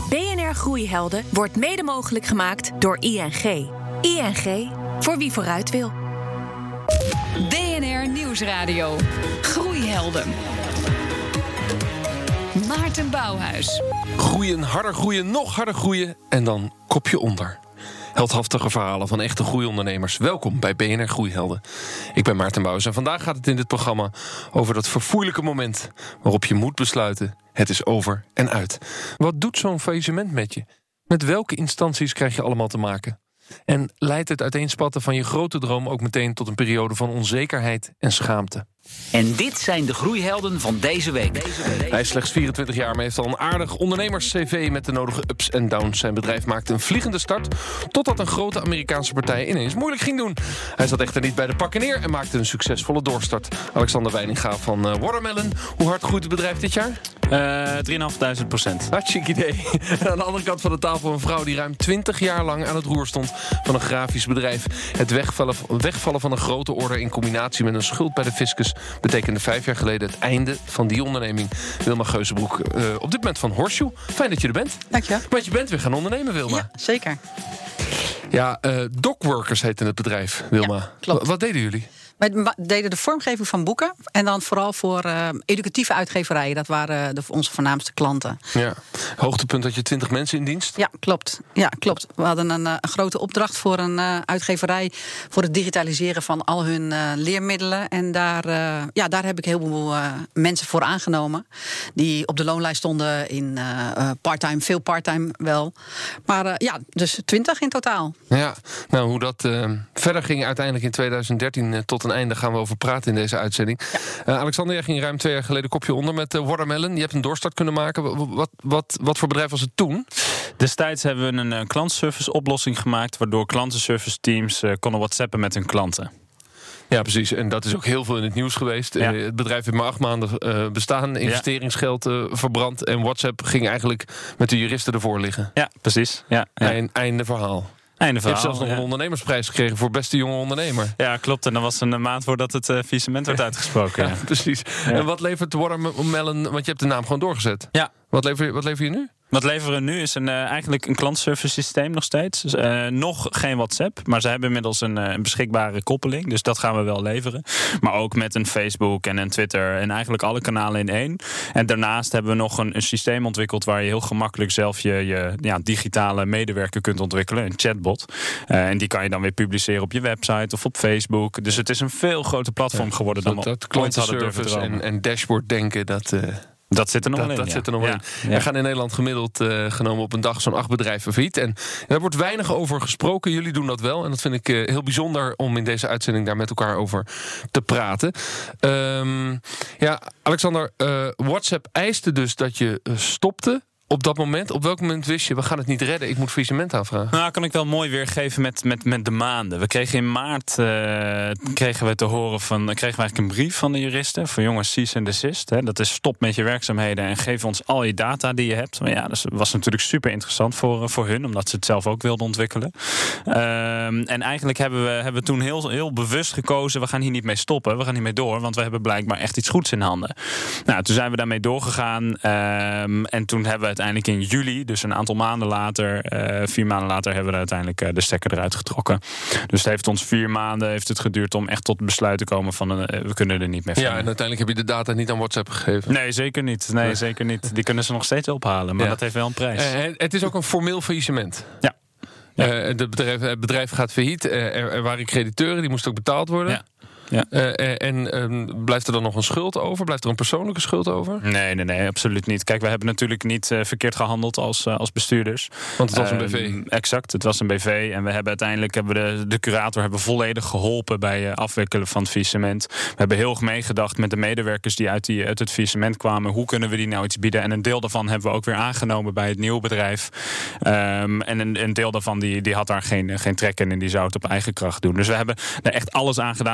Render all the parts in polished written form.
BNR Groeihelden wordt mede mogelijk gemaakt door ING. ING, voor wie vooruit wil. BNR Nieuwsradio. Groeihelden. Maarten Bouwhuis. Groeien, harder groeien, nog harder groeien en dan kopje onder. Heldhaftige verhalen van echte groeiondernemers. Welkom bij BNR Groeihelden. Ik ben Maarten Bouwhuis en vandaag gaat het in dit programma over dat verfoeilijke moment waarop je moet besluiten: het is over en uit. Wat doet zo'n faillissement met je? Met welke instanties krijg je allemaal te maken? En leidt het uiteenspatten van je grote droom ook meteen tot een periode van onzekerheid en schaamte? En dit zijn de groeihelden van deze week. Hij is slechts 24 jaar, maar heeft al een aardig ondernemers-cv met de nodige ups en downs. Zijn bedrijf maakte een vliegende start, totdat een grote Amerikaanse partij ineens moeilijk ging doen. Hij zat echter niet bij de pakken neer en maakte een succesvolle doorstart. Alexander Wijninga van Watermelon. Hoe hard groeit het bedrijf dit jaar? 3.500%. Hartstikke idee. En aan de andere kant van de tafel een vrouw die ruim 20 jaar lang aan het roer stond van een grafisch bedrijf. Het wegvallen van een grote order in combinatie met een schuld bij de fiscus betekende 5 jaar geleden het einde van die onderneming. Wilma Geuzenbroek, op dit moment van Horseshoe. Fijn dat je er bent. Dank je. Want je bent weer gaan ondernemen, Wilma. Ja, zeker. Ja, Docworkers heette het bedrijf, Wilma. Ja, klopt. Wat deden jullie? Wij deden de vormgeving van boeken. En dan vooral voor educatieve uitgeverijen. Dat waren onze voornaamste klanten. Ja. Hoogtepunt had je 20 mensen in dienst? Ja, klopt. We hadden een grote opdracht voor een uitgeverij voor het digitaliseren van al hun leermiddelen. En daar heb ik heel veel mensen voor aangenomen. Die op de loonlijst stonden in parttime, veel parttime wel. Maar dus 20 in totaal. Ja, nou hoe dat verder ging uiteindelijk in 2013 tot een einde gaan we over praten in deze uitzending. Ja. Alexander, jij ging ruim 2 jaar geleden kopje onder met Watermelon. Je hebt een doorstart kunnen maken. Wat voor bedrijf was het toen? Destijds hebben we een klantenservice oplossing gemaakt, waardoor klantenservice teams konden whatsappen met hun klanten. Ja, precies. En dat is ook heel veel in het nieuws geweest. Ja. Het bedrijf heeft maar 8 maanden bestaan. Investeringsgeld verbrand. En WhatsApp ging eigenlijk met de juristen ervoor liggen. Ja, precies. Ja. Einde verhaal. Je hebt zelfs nog een ondernemersprijs gekregen voor beste jonge ondernemer. Ja, klopt. En dat was een maand voordat het faillissement werd uitgesproken. Ja, precies. Ja. En wat levert Watermelon? Want je hebt de naam gewoon doorgezet. Ja. Wat lever je nu? Wat leveren we nu is eigenlijk een klantenservice systeem nog steeds. Nog geen WhatsApp, maar ze hebben inmiddels een beschikbare koppeling. Dus dat gaan we wel leveren. Maar ook met een Facebook en een Twitter en eigenlijk alle kanalen in één. En daarnaast hebben we nog een systeem ontwikkeld waar je heel gemakkelijk zelf je digitale medewerker kunt ontwikkelen. Een chatbot. En die kan je dan weer publiceren op je website of op Facebook. Dus het is een veel groter platform geworden dan we ooit hadden durven dromen. En dashboard denken, dat zit er nog wel in. Dat zit er nog wel in. Ja. Er gaan in Nederland gemiddeld genomen op een dag zo'n 8 bedrijven failliet. En daar wordt weinig over gesproken. Jullie doen dat wel. En dat vind ik heel bijzonder om in deze uitzending daar met elkaar over te praten. Alexander, WhatsApp eiste dus dat je stopte. Op dat moment, op welk moment wist je, we gaan het niet redden, ik moet faillissement aanvragen? Nou, kan ik wel mooi weergeven met de maanden. We kregen in maart kregen we eigenlijk een brief van de juristen voor jongens, cease and desist. Hè. Dat is stop met je werkzaamheden en geef ons al je data die je hebt. Maar ja, dat was natuurlijk super interessant voor hun, omdat ze het zelf ook wilden ontwikkelen. En eigenlijk hebben we toen heel bewust gekozen, we gaan hier niet mee stoppen, we gaan hiermee door, want we hebben blijkbaar echt iets goeds in handen. Nou, toen zijn we daarmee doorgegaan en toen hebben we uiteindelijk in juli, dus een aantal maanden later, 4 maanden later, hebben we uiteindelijk de stekker eruit getrokken. Dus het heeft ons 4 maanden geduurd om echt tot besluit te komen van we kunnen er niet meer van. Ja, en uiteindelijk heb je de data niet aan WhatsApp gegeven. Nee, zeker niet. Zeker niet. Die kunnen ze nog steeds ophalen, maar dat heeft wel een prijs. Het is ook een formeel faillissement. Ja. Het bedrijf gaat failliet. Er waren crediteuren, die moesten ook betaald worden. Ja. Ja. Blijft er dan nog een schuld over? Blijft er een persoonlijke schuld over? Nee, absoluut niet. Kijk, we hebben natuurlijk niet verkeerd gehandeld als bestuurders. Want het was een BV. Exact, het was een BV. En we hebben uiteindelijk de curator volledig geholpen bij afwikkelen van het faillissement. We hebben heel erg meegedacht met de medewerkers die uit het faillissement kwamen. Hoe kunnen we die nou iets bieden? En een deel daarvan hebben we ook weer aangenomen bij het nieuwe bedrijf. En een deel daarvan die had daar geen trek in en die zou het op eigen kracht doen. Dus we hebben er echt alles aan gedaan om de schade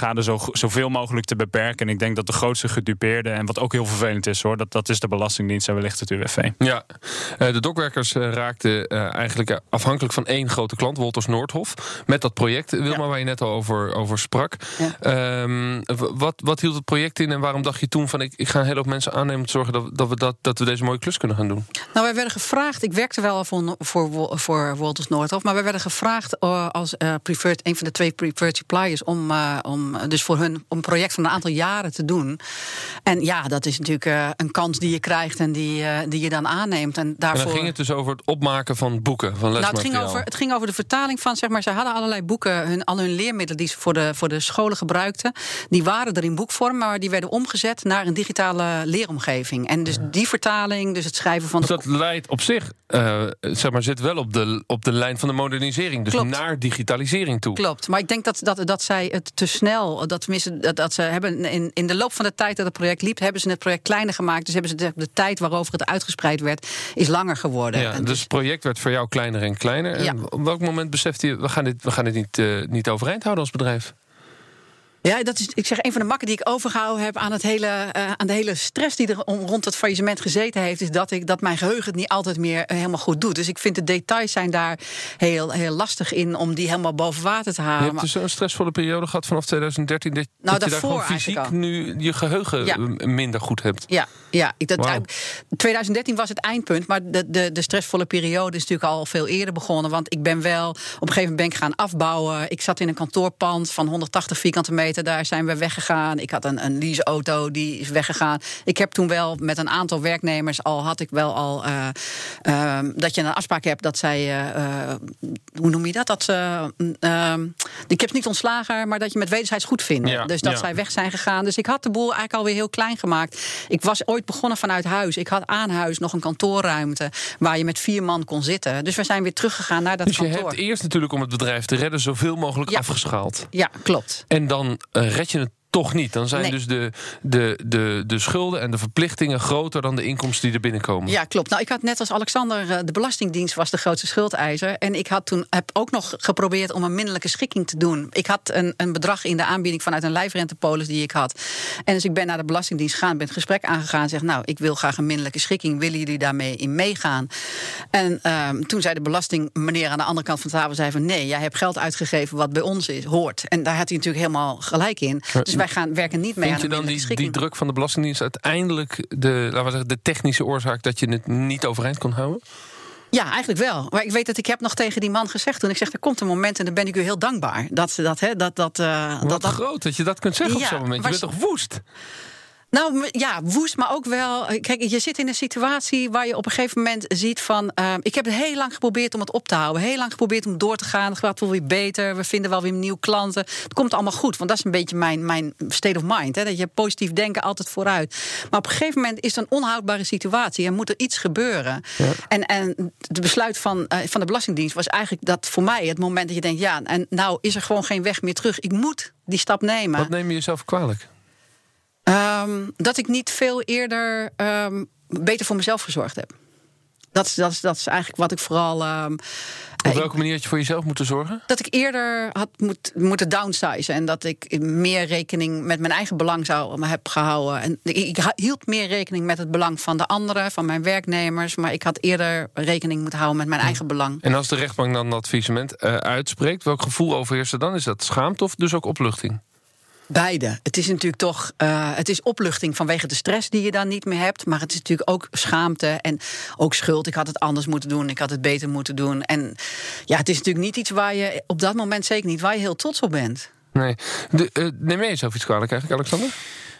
schade zoveel mogelijk te beperken. En ik denk dat de grootste gedupeerde, en wat ook heel vervelend is hoor, dat is de Belastingdienst en wellicht het UWV. Ja, de dokwerkers raakten eigenlijk afhankelijk van één grote klant, Wolters Noordhof, met dat project, Wilma, waar je net al over sprak. Ja. Wat hield het project in en waarom dacht je toen van ik ga een hele hoop mensen aannemen om te zorgen dat we deze mooie klus kunnen gaan doen? Nou, wij werden gevraagd, ik werkte wel voor Wolters Noordhof, maar wij werden gevraagd als een van de 2 preferred suppliers om dus voor hun een project van een aantal jaren te doen. En ja, dat is natuurlijk een kans die je krijgt en die je dan aanneemt. En daarvoor ging het dus over het opmaken van boeken, van lesmateriaal? Nou, het ging over de vertaling van, zeg maar, ze hadden allerlei boeken, al hun leermiddelen die ze voor de scholen gebruikten, die waren er in boekvorm, maar die werden omgezet naar een digitale leeromgeving. En dus die vertaling, dus het schrijven van... Dus dat leidt op zich, zit wel op de lijn van de modernisering, dus Klopt. Naar digitalisering toe. Klopt, maar ik denk dat zij het te snel, dat ze hebben in de loop van de tijd dat het project liep, hebben ze het project kleiner gemaakt. Dus hebben ze de tijd waarover het uitgespreid werd, is langer geworden. Ja, dus het project werd voor jou kleiner en kleiner. Ja. En op welk moment besefte je, we gaan dit niet overeind houden als bedrijf? Ja, dat is, ik zeg, een van de makken die ik overgehouden heb aan de hele stress die er rond het faillissement gezeten heeft, is dat mijn geheugen het niet altijd meer helemaal goed doet. Dus ik vind de details zijn daar heel, heel lastig in om die helemaal boven water te halen. Je hebt dus zo'n stressvolle periode gehad vanaf 2013 dat je daar gewoon fysiek nu je geheugen minder goed hebt. Ja. 2013 was het eindpunt, maar de stressvolle periode is natuurlijk al veel eerder begonnen, want ik ben wel op een gegeven moment gaan afbouwen. Ik zat in een kantoorpand van 180 vierkante meter. Daar zijn we weggegaan. Ik had een leaseauto, die is weggegaan. Ik heb toen wel met een aantal werknemers dat je een afspraak hebt dat zij, hoe noem je dat? Dat ze, ik heb ze niet ontslagen, maar dat je met wederzijds goed vinden. Ja, dus dat zij weg zijn gegaan. Dus ik had de boel eigenlijk alweer heel klein gemaakt. Ik was ooit begonnen vanuit huis. Ik had aan huis nog een kantoorruimte waar je met 4 man kon zitten. Dus we zijn weer teruggegaan naar dat kantoor. Dus je hebt eerst natuurlijk om het bedrijf te redden zoveel mogelijk afgeschaald. Ja, klopt. En dan red je het toch niet. Dan zijn dus de schulden en de verplichtingen groter dan de inkomsten die er binnenkomen. Ja, klopt. Nou, ik had net als Alexander, de Belastingdienst was de grootste schuldeiser. En ik heb ook nog geprobeerd om een minderlijke schikking te doen. Ik had een bedrag in de aanbieding vanuit een lijfrentepolis die ik had. En dus ik ben naar de Belastingdienst gegaan, ben het gesprek aangegaan en zeg, nou, ik wil graag een minderlijke schikking. Willen jullie daarmee in meegaan? En toen zei de belastingmeneer aan de andere kant van de tafel, zei van nee, jij hebt geld uitgegeven wat bij ons hoort. En daar had hij natuurlijk helemaal gelijk in. Dus wij werken niet mee aan een minderlijke schikking. Die druk van de Belastingdienst uiteindelijk de technische oorzaak dat je het niet overeind kon houden? Ja, eigenlijk wel. Maar ik weet dat ik heb nog tegen die man gezegd toen ik zeg, er komt een moment en dan ben ik u heel dankbaar. Wat groot dat je dat kunt zeggen op zo'n moment. Je bent toch woest? Nou ja, woest, maar ook wel. Kijk, je zit in een situatie waar je op een gegeven moment ziet van, ik heb het heel lang geprobeerd om het op te houden. Heel lang geprobeerd om door te gaan. Het gaat wel weer beter. We vinden wel weer nieuwe klanten. Het komt allemaal goed, want dat is een beetje mijn state of mind. Hè, dat je positief denken altijd vooruit. Maar op een gegeven moment is het een onhoudbare situatie en moet er iets gebeuren. Ja. En het besluit van de Belastingdienst was eigenlijk dat voor mij het moment dat je denkt, ja, en nou is er gewoon geen weg meer terug. Ik moet die stap nemen. Wat neem je jezelf kwalijk? Dat ik niet veel eerder beter voor mezelf gezorgd heb. Dat is eigenlijk wat ik vooral... Op welke manier had je voor jezelf moeten zorgen? Dat ik eerder had moeten downsizen. En dat ik meer rekening met mijn eigen belang heb gehouden. En ik hield meer rekening met het belang van de anderen, van mijn werknemers. Maar ik had eerder rekening moeten houden met mijn eigen belang. En als de rechtbank dan dat faillissement uitspreekt, welk gevoel overheerst er dan? Is dat schaamte of dus ook opluchting? Beide. Het is natuurlijk toch het is opluchting vanwege de stress die je dan niet meer hebt. Maar het is natuurlijk ook schaamte en ook schuld. Ik had het anders moeten doen. Ik had het beter moeten doen. En ja, het is natuurlijk niet iets waar je op dat moment zeker niet waar je heel trots op bent. Nee. Neem jij jezelf iets kwalijk eigenlijk, Alexander?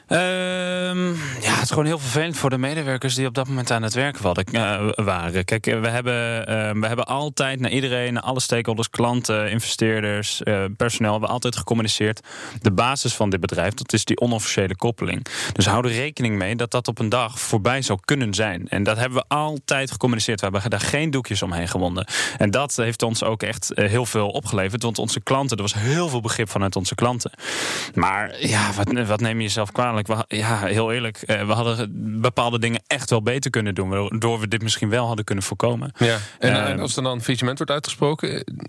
Het is gewoon heel vervelend voor de medewerkers die op dat moment aan het werken waren. Kijk, we hebben altijd naar iedereen, naar alle stakeholders, klanten, investeerders, personeel, hebben we altijd gecommuniceerd. De basis van dit bedrijf, dat is die onofficiële koppeling. Dus hou er rekening mee dat dat op een dag voorbij zou kunnen zijn. En dat hebben we altijd gecommuniceerd. We hebben daar geen doekjes omheen gewonden. En dat heeft ons ook echt heel veel opgeleverd. Want onze klanten, er was heel veel begrip vanuit onze klanten. Maar ja, wat neem je jezelf kwalijk? Heel eerlijk, we hadden bepaalde dingen echt wel beter kunnen doen, waardoor we dit misschien wel hadden kunnen voorkomen. Ja. En als er dan faillissement wordt uitgesproken,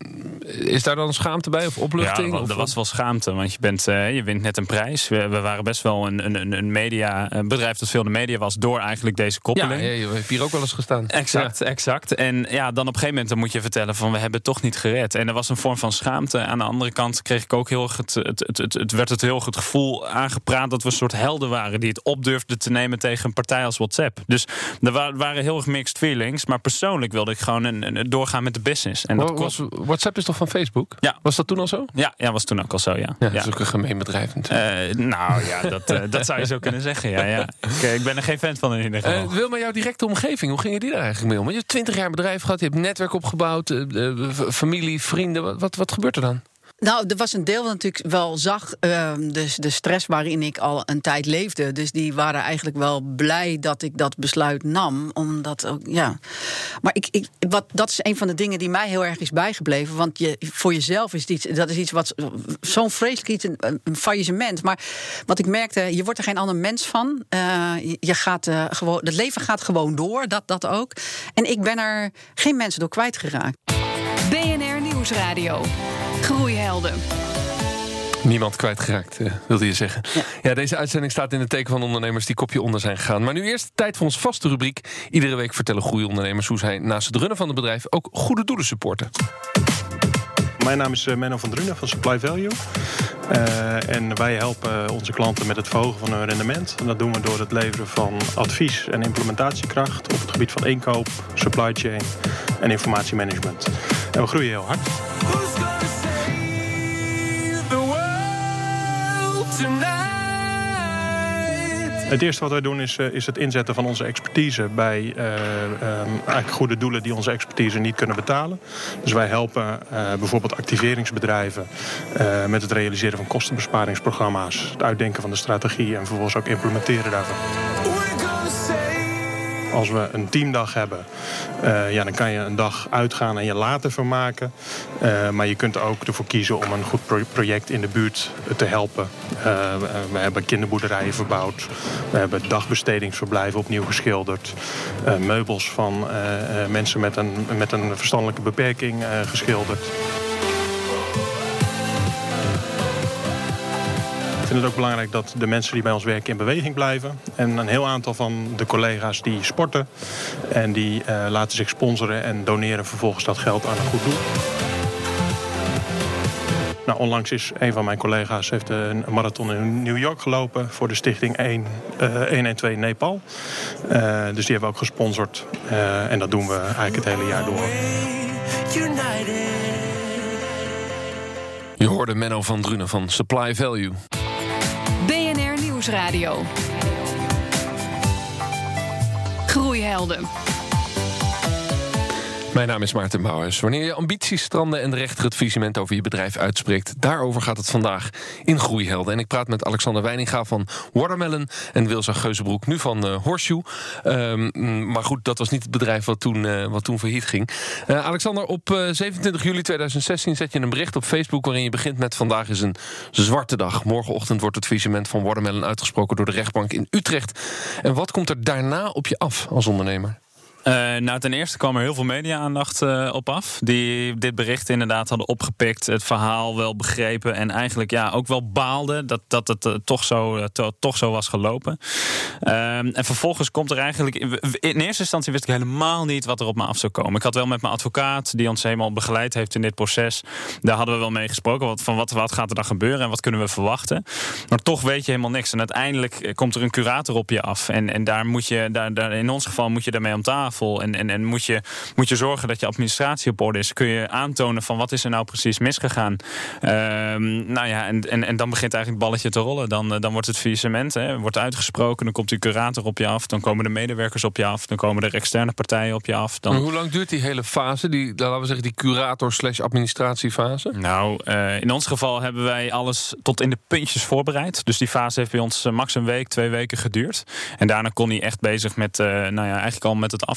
Is daar dan schaamte bij of opluchting? Ja, er was wel schaamte, want je wint net een prijs. We waren best wel een mediabedrijf dat veel in de media was door eigenlijk deze koppeling. Ja, je hebt hier ook wel eens gestaan. Exact. En ja, dan op een gegeven moment dan moet je vertellen van we hebben het toch niet gered. En er was een vorm van schaamte. Aan de andere kant kreeg ik ook heel erg het heel goed het gevoel aangepraat dat we een soort helden waren die het op durfden te nemen tegen een partij als WhatsApp. Dus er waren heel erg mixed feelings, maar persoonlijk wilde ik gewoon doorgaan met de business. En WhatsApp is toch van Facebook? Ja. Was dat toen al zo? Ja, was toen ook al zo, ja. Dat is ook een gemeen bedrijf natuurlijk. Dat zou je zo kunnen zeggen, ja. Ik ben er geen fan van in ieder geval. Wilma, jouw directe omgeving, hoe gingen die daar eigenlijk mee om? Want je hebt 20 jaar bedrijf gehad, je hebt een netwerk opgebouwd, familie, vrienden. Wat gebeurt er dan? Nou, er was een deel dat natuurlijk wel zag de stress waarin ik al een tijd leefde. Dus die waren eigenlijk wel blij dat ik dat besluit nam. Omdat ook, ja. Maar dat is een van de dingen die mij heel erg is bijgebleven. Want voor jezelf is dat is iets wat zo'n vreselijk iets, een faillissement. Maar wat ik merkte, je wordt er geen ander mens van. Je gaat het leven gaat gewoon door, dat ook. En ik ben er geen mensen door kwijtgeraakt. BNR Nieuwsradio. Groeihelden. Niemand kwijtgeraakt, wilde je zeggen. Ja, deze uitzending staat in het teken van ondernemers die kopje onder zijn gegaan. Maar nu eerst tijd voor onze vaste rubriek. Iedere week vertellen groeiondernemers hoe zij naast het runnen van het bedrijf ook goede doelen supporten. Mijn naam is Menno van Drunen van Supply Value. En wij helpen onze klanten met het verhogen van hun rendement. En dat doen we door het leveren van advies en implementatiekracht op het gebied van inkoop, supply chain en informatiemanagement. En we groeien heel hard. Het eerste wat wij doen is het inzetten van onze expertise bij eigenlijk goede doelen die onze expertise niet kunnen betalen. Dus wij helpen bijvoorbeeld activeringsbedrijven met het realiseren van kostenbesparingsprogramma's, het uitdenken van de strategie en vervolgens ook implementeren daarvan. Als we een teamdag hebben, dan kan je een dag uitgaan en je laten vermaken. Maar je kunt ook ervoor kiezen om een goed project in de buurt te helpen. We hebben kinderboerderijen verbouwd. We hebben dagbestedingsverblijven opnieuw geschilderd. Meubels van mensen met een verstandelijke beperking geschilderd. Ik vind het ook belangrijk dat de mensen die bij ons werken in beweging blijven. En een heel aantal van de collega's die sporten. En die laten zich sponsoren en doneren vervolgens dat geld aan een goed doel. Nou, onlangs is een van mijn collega's heeft een marathon in New York gelopen voor de stichting 112 Nepal. Dus die hebben we ook gesponsord. En dat doen we eigenlijk het hele jaar door. Je hoorde Menno van Drunen van Supply Value. BNR Nieuwsradio. Groeihelden. Mijn naam is Maarten Bouwhuis. Wanneer je ambities stranden en rechter het faillissement over je bedrijf uitspreekt, daarover gaat het vandaag in Groeihelden. En ik praat met Alexander Wijninga van Watermelon en Wilza Geuzenbroek, nu van Horseshoe. Maar goed, dat was niet het bedrijf wat toen failliet ging. Alexander, op 27 juli 2016 zet je een bericht op Facebook waarin je begint met: vandaag is een zwarte dag. Morgenochtend wordt het faillissement van Watermelon uitgesproken door de rechtbank in Utrecht. En wat komt er daarna op je af als ondernemer? Ten eerste kwam er heel veel media-aandacht op af. Die dit bericht inderdaad hadden opgepikt. Het verhaal wel begrepen. En eigenlijk ook wel baalden dat het toch zo was gelopen. En vervolgens komt er eigenlijk... In eerste instantie wist ik helemaal niet wat er op me af zou komen. Ik had wel met mijn advocaat, die ons helemaal begeleid heeft in dit proces. Daar hadden we wel mee gesproken. Wat gaat er dan gebeuren en wat kunnen we verwachten? Maar toch weet je helemaal niks. En uiteindelijk komt er een curator op je af. En daar moet je, in ons geval moet je daarmee om tafel. En moet je zorgen dat je administratie op orde is. Kun je aantonen van wat is er nou precies misgegaan. En dan begint eigenlijk het balletje te rollen. Dan wordt het faillissement wordt uitgesproken. Dan komt die curator op je af. Dan komen de medewerkers op je af. Dan komen er externe partijen op je af. En hoe lang duurt die hele fase? Laten we zeggen die curator/administratiefase? Nou, in ons geval hebben wij alles tot in de puntjes voorbereid. Dus die fase heeft bij ons max een week, 2 weken geduurd. En daarna kon hij echt bezig met eigenlijk al met het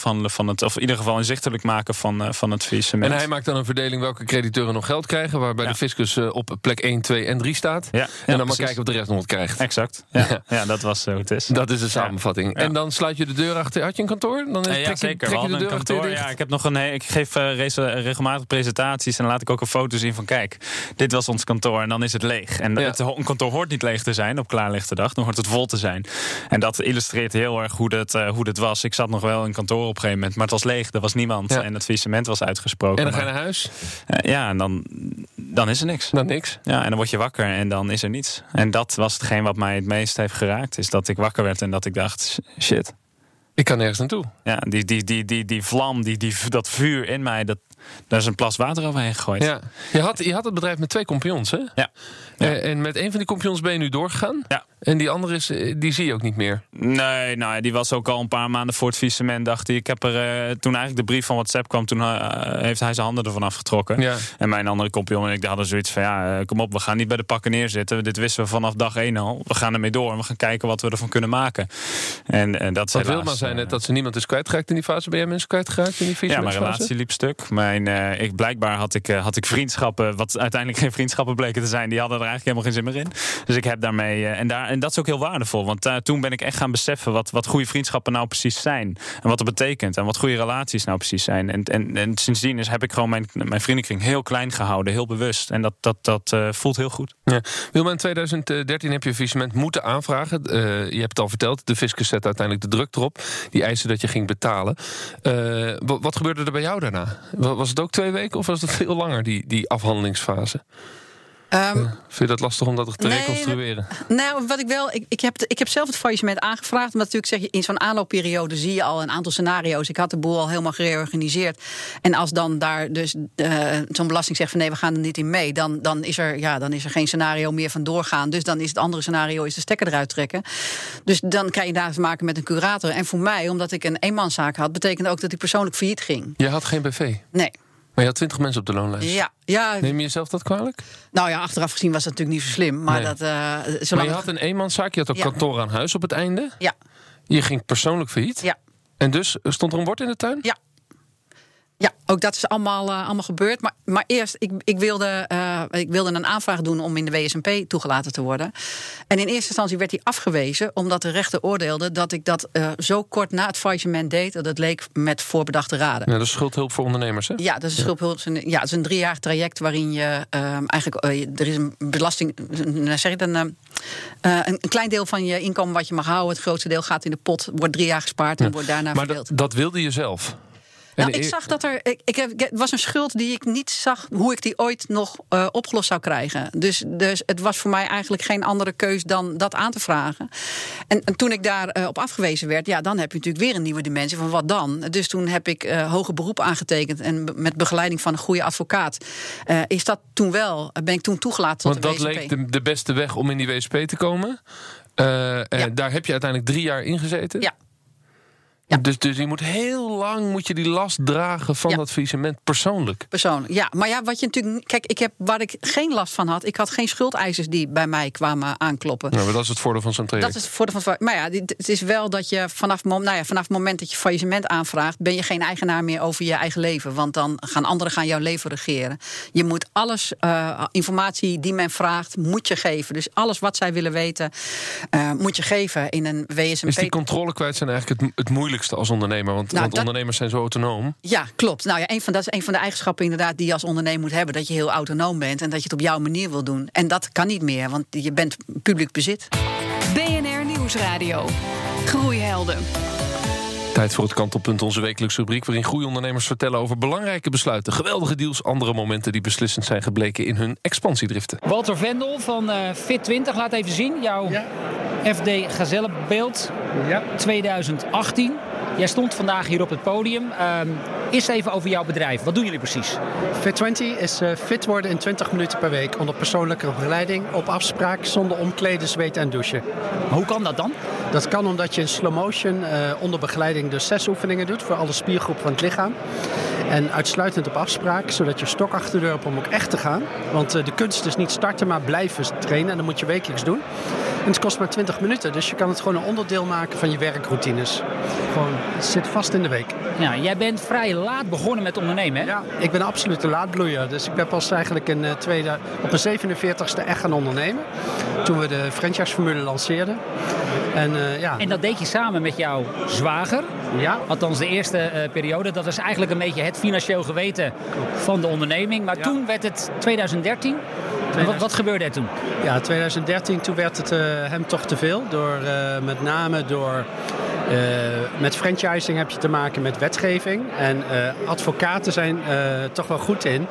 afhandelen van het, of in ieder geval inzichtelijk maken van het faillissement. En hij maakt dan een verdeling welke crediteuren nog geld krijgen, waarbij de fiscus op plek 1, 2 en 3 staat. Ja, en dan maar kijken of de rest nog wat krijgt. Exact. Ja, dat was hoe het is. Dat is de samenvatting. Ja. En dan sluit je de deur achter. Had je een kantoor? Dan zeker. Trek je de deur achter dicht? Ja, ik heb nog ik geef regelmatig presentaties en dan laat ik ook een foto zien van kijk, dit was ons kantoor en dan is het leeg. En een kantoor hoort niet leeg te zijn op klaarlichte dag, dan hoort het vol te zijn. En dat illustreert heel erg hoe dit was. Ik zat nog wel in kantoor op een gegeven moment, maar het was leeg, er was niemand en het faillissement was uitgesproken. En dan ga je naar huis? En dan is er niks. Dan niks? Ja, en dan word je wakker en dan is er niets. En dat was hetgeen wat mij het meest heeft geraakt, is dat ik wakker werd en dat ik dacht, shit. Ik kan nergens naartoe. Ja, die vlam, dat vuur in mij, daar is een plas water overheen gegooid. Ja. Je had het bedrijf met 2 compagnons, hè? Ja. En met een van die compagnons ben je nu doorgegaan? Ja. En die andere die zie je ook niet meer? Nee, die was ook al een paar maanden voor het faillissement. Dacht hij, ik heb toen eigenlijk de brief van WhatsApp kwam, toen heeft hij zijn handen ervan afgetrokken. Ja. En mijn andere compagnon en ik hadden zoiets van, kom op, we gaan niet bij de pakken neerzitten. Dit wisten we vanaf dag 1 al. We gaan ermee door en we gaan kijken wat we ervan kunnen maken. En dat wat wil maar zijn het dat ze niemand is kwijtgeraakt in die fase? Ben jij mensen kwijtgeraakt in die faillissementfase? Ja, mijn relatie liep stuk. Blijkbaar had ik vriendschappen, wat uiteindelijk geen vriendschappen bleken te zijn. Die hadden er eigenlijk helemaal geen zin meer in. Dus ik heb daarmee, en dat is ook heel waardevol. Want toen ben ik echt gaan beseffen wat goede vriendschappen nou precies zijn. En wat dat betekent. En wat goede relaties nou precies zijn. En sindsdien heb ik gewoon mijn vriendenkring heel klein gehouden. Heel bewust. En dat voelt heel goed. Ja. Wilma, in 2013 heb je een faillissement moeten aanvragen. Je hebt het al verteld. De fiscus zette uiteindelijk de druk erop. Die eisen dat je ging betalen. Wat gebeurde er bij jou daarna? Was het ook 2 weken of was het veel langer, die afhandelingsfase? Vind je dat lastig om dat te reconstrueren? Nou, wat ik wel... Ik heb zelf het faillissement aangevraagd. Maar natuurlijk zeg je, in zo'n aanloopperiode zie je al een aantal scenario's. Ik had de boel al helemaal gereorganiseerd. En als dan daar dus zo'n belasting zegt van nee, we gaan er niet in mee. Dan is er geen scenario meer van doorgaan. Dus dan is het andere scenario is de stekker eruit trekken. Dus dan krijg je daar te maken met een curator. En voor mij, omdat ik een eenmanszaak had, betekende ook dat ik persoonlijk failliet ging. Je had geen BV? Nee. Maar je had 20 mensen op de loonlijst. Ja. Neem je jezelf dat kwalijk? Nou ja, achteraf gezien was dat natuurlijk niet zo slim. Maar, maar je had een eenmanszaak, je had ook kantoor aan huis op het einde. Ja. Je ging persoonlijk failliet. Ja. En dus stond er een bord in de tuin? Ja. Ja, ook dat is allemaal gebeurd. Maar eerst, ik wilde een aanvraag doen om in de WSNP toegelaten te worden. En in eerste instantie werd die afgewezen, omdat de rechter oordeelde dat ik dat zo kort na het faillissement deed, dat het leek met voorbedachte raden. Ja, dat is schuldhulp voor ondernemers, hè? Ja, dat is schuldhulp. Ja, het is een 3-jarig traject waarin je eigenlijk er is een belasting, een klein deel van je inkomen wat je mag houden. Het grootste deel gaat in de pot, wordt 3 jaar gespaard en wordt daarna verdeeld. Maar dat wilde je zelf? Nou, ik zag dat het was een schuld die ik niet zag hoe ik die ooit nog opgelost zou krijgen. Dus het was voor mij eigenlijk geen andere keus dan dat aan te vragen. En toen ik daar op afgewezen werd, dan heb je natuurlijk weer een nieuwe dimensie van wat dan. Dus toen heb ik hoger beroep aangetekend en met begeleiding van een goede advocaat ben ik toen toegelaten tot de WSP. Want dat leek de beste weg om in die WSP te komen. Daar heb je uiteindelijk 3 jaar in gezeten. Ja. Ja. Dus je moet heel lang die last dragen van dat faillissement persoonlijk. Persoonlijk, ja. Maar ja, wat je natuurlijk... Kijk, waar ik geen last van had, ik had geen schuldeisers die bij mij kwamen aankloppen. Nou, maar dat is het voordeel van zo'n traject. Dat is het voordeel van. Maar ja, het is wel dat je vanaf het moment dat je faillissement aanvraagt, ben je geen eigenaar meer over je eigen leven. Want dan gaan anderen jouw leven regeren. Je moet alles, informatie die men vraagt, moet je geven. Dus alles wat zij willen weten, moet je geven in een WSNP. Is die controle kwijt zijn eigenlijk het moeilijkste als ondernemer? Want ondernemers zijn zo autonoom. Ja, klopt. Nou ja, dat is een van de eigenschappen inderdaad die je als ondernemer moet hebben. Dat je heel autonoom bent en dat je het op jouw manier wil doen. En dat kan niet meer, want je bent publiek bezit. BNR Nieuwsradio. Groeihelden. Tijd voor het kantelpunt, onze wekelijkse rubriek waarin groeiondernemers vertellen over belangrijke besluiten, geweldige deals, andere momenten die beslissend zijn gebleken in hun expansiedriften. Walter Vendel van Fit20, laat even zien jouw FD Gazellenbeeld 2018. Jij stond vandaag hier op het podium. Eerst even over jouw bedrijf. Wat doen jullie precies? Fit20 is fit worden in 20 minuten per week onder persoonlijke begeleiding, op afspraak, zonder omkleden, zweten en douchen. Maar hoe kan dat dan? Dat kan omdat je in slow motion onder begeleiding dus 6 oefeningen doet voor alle spiergroepen van het lichaam. En uitsluitend op afspraak, zodat je stok achter de deur hebt om ook echt te gaan. Want de kunst is niet starten, maar blijven trainen. En dat moet je wekelijks doen. En het kost maar 20 minuten. Dus je kan het gewoon een onderdeel maken van je werkroutines. Gewoon, het zit vast in de week. Ja, jij bent vrij laat begonnen met ondernemen, hè? Ja, ik ben absoluut een laadbloeier. Dus ik ben pas eigenlijk op mijn 47ste echt gaan ondernemen. Toen we de franchise-formule lanceerden. En dat deed je samen met jouw zwager. Ja. Althans de eerste periode. Dat was eigenlijk een beetje het financieel geweten van de onderneming. Maar toen werd het 2013. Wat gebeurde er toen? Ja, 2013, toen werd het hem toch te veel. Met name door... met franchising heb je te maken met wetgeving. En advocaten zijn toch wel goed in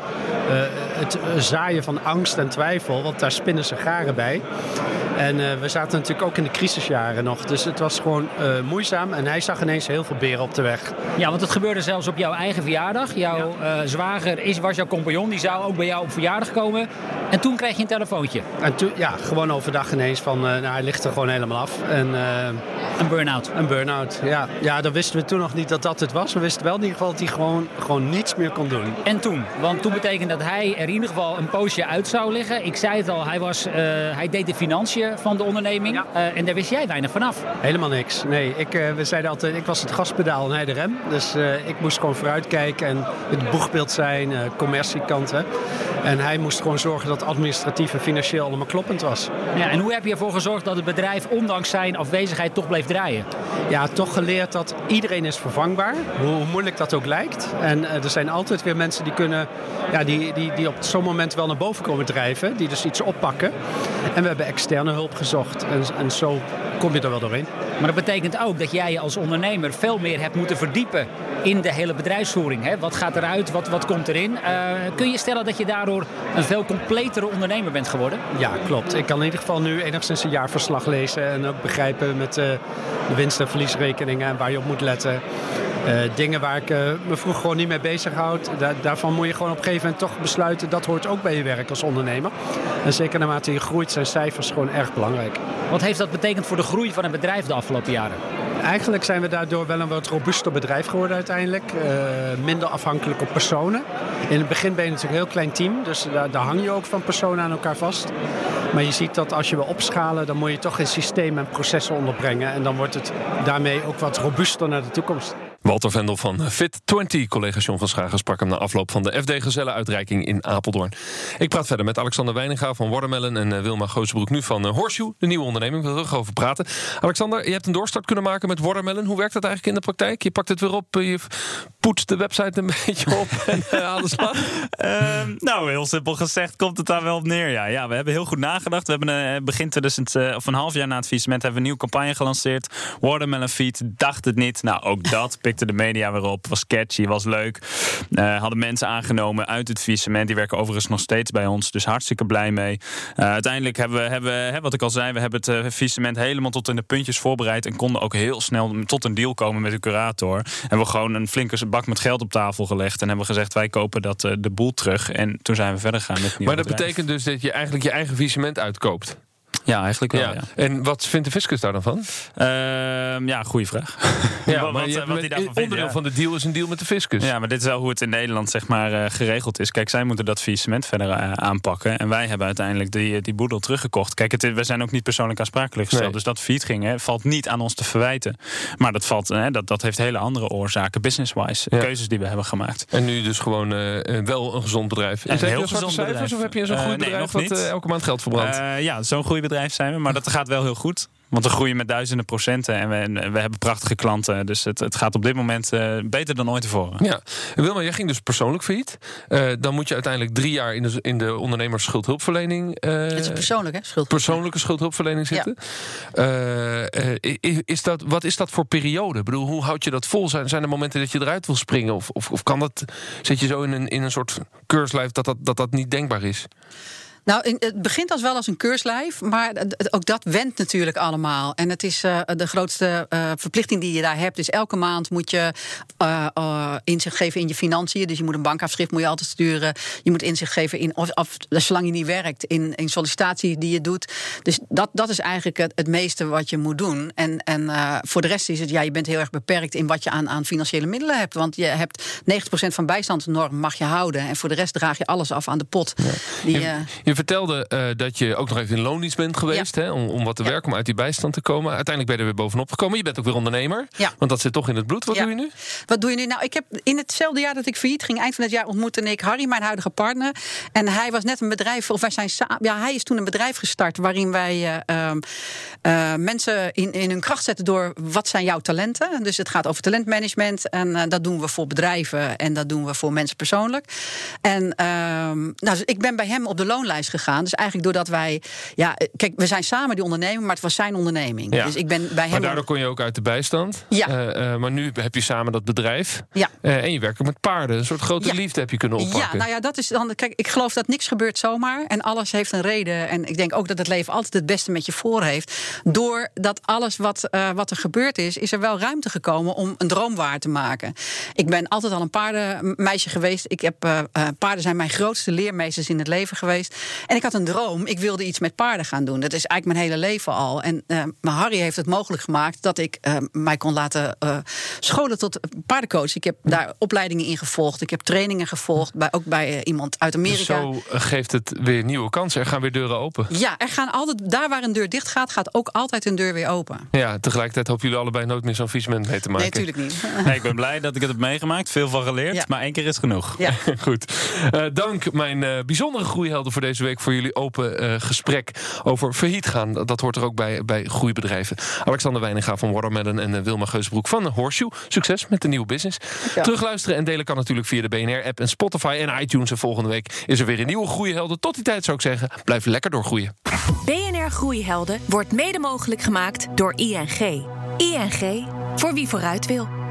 het zaaien van angst en twijfel. Want daar spinnen ze garen bij. En we zaten natuurlijk ook in de crisisjaren nog. Dus het was gewoon moeizaam. En hij zag ineens heel veel beren op de weg. Ja, want het gebeurde zelfs op jouw eigen verjaardag. Jouw zwager was jouw compagnon. Die zou ook bij jou op verjaardag komen. En toen kreeg je een telefoontje. En toen, gewoon overdag ineens van... hij ligt er gewoon helemaal af. En, een burn-out. Een burn-out, ja. Ja, dan wisten we toen nog niet dat het was. We wisten wel in ieder geval dat hij gewoon niets meer kon doen. En toen? Want toen betekende dat hij er in ieder geval een poosje uit zou liggen. Ik zei het al, hij deed de financiën van de onderneming. Ja. En daar wist jij weinig vanaf. Helemaal niks. Nee, we zeiden altijd, ik was het gaspedaal en hij de rem. Dus ik moest gewoon vooruitkijken en het boegbeeld zijn, commerciekanten. En hij moest gewoon zorgen dat administratief en financieel allemaal kloppend was. Ja, en hoe heb je ervoor gezorgd dat het bedrijf ondanks zijn afwezigheid toch bleef draaien? Ja, toch geleerd dat iedereen is vervangbaar. Hoe moeilijk dat ook lijkt. En er zijn altijd weer mensen die kunnen... Ja, die op zo'n moment wel naar boven komen drijven. Die dus iets oppakken. En we hebben externe hulp gezocht. En zo kom je er wel doorheen. Maar dat betekent ook dat jij als ondernemer veel meer hebt moeten verdiepen in de hele bedrijfsvoering. Hè? Wat gaat eruit? Wat komt erin? Kun je stellen dat je daardoor een veel completere ondernemer bent geworden? Ja, klopt. Ik kan in ieder geval nu enigszins een jaarverslag lezen. En ook begrijpen met de winst- en verliesrekeningen en waar je op moet letten. Dingen waar ik me vroeger gewoon niet mee bezighoud. Daarvan moet je gewoon op een gegeven moment toch besluiten... dat hoort ook bij je werk als ondernemer. En zeker naarmate je groeit zijn cijfers gewoon erg belangrijk. Wat heeft dat betekend voor de groei van het bedrijf de afgelopen jaren? Eigenlijk zijn we daardoor wel een wat robuuster bedrijf geworden uiteindelijk. Minder afhankelijk op personen. In het begin ben je natuurlijk een heel klein team. Dus daar hang je ook van personen aan elkaar vast. Maar je ziet dat als je wil opschalen... dan moet je toch in systemen en processen onderbrengen. En dan wordt het daarmee ook wat robuuster naar de toekomst. Walter Vendel van Fit20. Collega John van Schagen sprak hem na afloop van de FD Gezellen-uitreiking in Apeldoorn. Ik praat verder met Alexander Wijninga van Watermelon en Wilma Goosenbroek nu van Horseshoe, de nieuwe onderneming. We willen er terug over praten. Alexander, je hebt een doorstart kunnen maken met Watermelon. Hoe werkt dat eigenlijk in de praktijk? Je pakt het weer op, je poetst de website een beetje op en aan de slag? Nou, heel simpel gezegd komt het daar wel op neer. Ja, we hebben heel goed nagedacht. We hebben begin 2000, of een half jaar na het faillissement, hebben we een nieuwe campagne gelanceerd. Watermelon Feed, dacht het niet. Nou, ook dat pikte de media weer op. Was catchy, was leuk. Hadden mensen aangenomen uit het faillissement. Die werken overigens nog steeds bij ons. Dus hartstikke blij mee. Uiteindelijk hebben we, wat ik al zei, we hebben het faillissement helemaal tot in de puntjes voorbereid. En konden ook heel snel tot een deal komen met de curator. Hebben we gewoon een flinke bak met geld op tafel gelegd. En hebben we gezegd, wij kopen de boel terug. En toen zijn we verder gegaan met het nieuwe Maar dat bedrijf. betekent dus dat je eigenlijk je eigen faillissement uitkoopt? Ja, eigenlijk wel. Ja. En wat vindt de fiscus daar dan van? Goede vraag. Ja, maar onderdeel van de deal is een deal met de fiscus. Ja, maar dit is wel hoe het in Nederland zeg maar geregeld is. Kijk, zij moeten dat faillissement verder aanpakken. En wij hebben uiteindelijk die boedel teruggekocht. Kijk, we zijn ook niet persoonlijk aansprakelijk gesteld. Nee. Dus dat failliet ging, valt niet aan ons te verwijten. Maar dat heeft hele andere oorzaken, business-wise. Ja. Keuzes die we hebben gemaakt. En nu dus gewoon wel een gezond bedrijf. Is heel gezond bedrijf. Of heb je zo'n goed bedrijf wat elke maand geld verbrandt? Ja, zo'n goed bedrijf zijn we. Maar dat gaat wel heel goed. Want we groeien met duizenden procenten en we hebben prachtige klanten. Dus het gaat op dit moment beter dan ooit tevoren. Ja. Wilma, jij ging dus persoonlijk failliet. Dan moet je uiteindelijk 3 jaar in de ondernemers schuldhulpverlening... Het is persoonlijk, hè? Persoonlijke schuldhulpverlening zitten. Ja. Wat is dat voor periode? Ik bedoel, hoe houd je dat vol? Zijn er momenten dat je eruit wil springen? Of kan dat? Zit je zo in een soort keurslijf dat niet denkbaar is? Nou, het begint wel als een keurslijf, maar ook dat wendt natuurlijk allemaal. En het is de grootste verplichting die je daar hebt. Dus elke maand moet je inzicht geven in je financiën. Dus je moet een bankafschrift moet je altijd sturen. Je moet inzicht geven in, zolang je niet werkt, in sollicitatie die je doet. Dus dat is eigenlijk het meeste wat je moet doen. En voor de rest is het, je bent heel erg beperkt in wat je aan financiële middelen hebt. Want je hebt 90% van bijstandsnorm mag je houden. En voor de rest draag je alles af aan de pot. Ja. Je Je vertelde dat je ook nog even in loondienst bent geweest... Hè, om wat te werken, om uit die bijstand te komen. Uiteindelijk ben je er weer bovenop gekomen. Je bent ook weer ondernemer, want dat zit toch in het bloed. Wat doe je nu? Wat doe je nu? Nou, ik heb in hetzelfde jaar dat ik failliet ging... eind van het jaar ontmoette ik Harry, mijn huidige partner. En hij was net een bedrijf... of wij zijn hij is toen een bedrijf gestart... waarin wij mensen in hun kracht zetten... door wat zijn jouw talenten. Dus het gaat over talentmanagement. En dat doen we voor bedrijven en dat doen we voor mensen persoonlijk. En dus ik ben bij hem op de loonlijst gegaan. Dus eigenlijk doordat wij... kijk, we zijn samen die onderneming, maar het was zijn onderneming. Ja. Dus ik ben bij hem... Maar daardoor kon je ook uit de bijstand. Ja. Maar nu heb je samen dat bedrijf. Ja. En je werkt ook met paarden. Een soort grote liefde heb je kunnen oppakken. Ja, nou ja, dat is dan... Kijk, ik geloof dat niks gebeurt zomaar. En alles heeft een reden. En ik denk ook dat het leven altijd het beste met je voor heeft. Doordat alles wat er gebeurd is er wel ruimte gekomen om een droom waar te maken. Ik ben altijd al een paardenmeisje geweest. Paarden zijn mijn grootste leermeesters in het leven geweest. En ik had een droom. Ik wilde iets met paarden gaan doen. Dat is eigenlijk mijn hele leven al. En Harry heeft het mogelijk gemaakt dat ik mij kon laten scholen tot paardencoach. Ik heb daar opleidingen in gevolgd. Ik heb trainingen gevolgd. Ook bij iemand uit Amerika. Dus zo geeft het weer nieuwe kansen. Er gaan weer deuren open. Ja, er gaan altijd, daar waar een deur dicht gaat ook altijd een deur weer open. Ja, tegelijkertijd hopen jullie allebei nooit meer zo'n viesment mee te maken. Nee, natuurlijk niet. Nee, ik ben blij dat ik het heb meegemaakt. Veel van geleerd. Maar 1 keer is genoeg. Ja. Goed. Dank mijn bijzondere groeihelden voor deze week. Voor jullie open gesprek over failliet gaan. Dat hoort er ook bij groeibedrijven. Alexander Wijninga van Watermelon en Wilma Geusbroek van Horseshoe. Succes met de nieuwe business. Ja. Terugluisteren en delen kan natuurlijk via de BNR-app en Spotify en iTunes. En volgende week is er weer een nieuwe groeihelden. Tot die tijd zou ik zeggen, blijf lekker doorgroeien. BNR Groeihelden wordt mede mogelijk gemaakt door ING. ING, voor wie vooruit wil.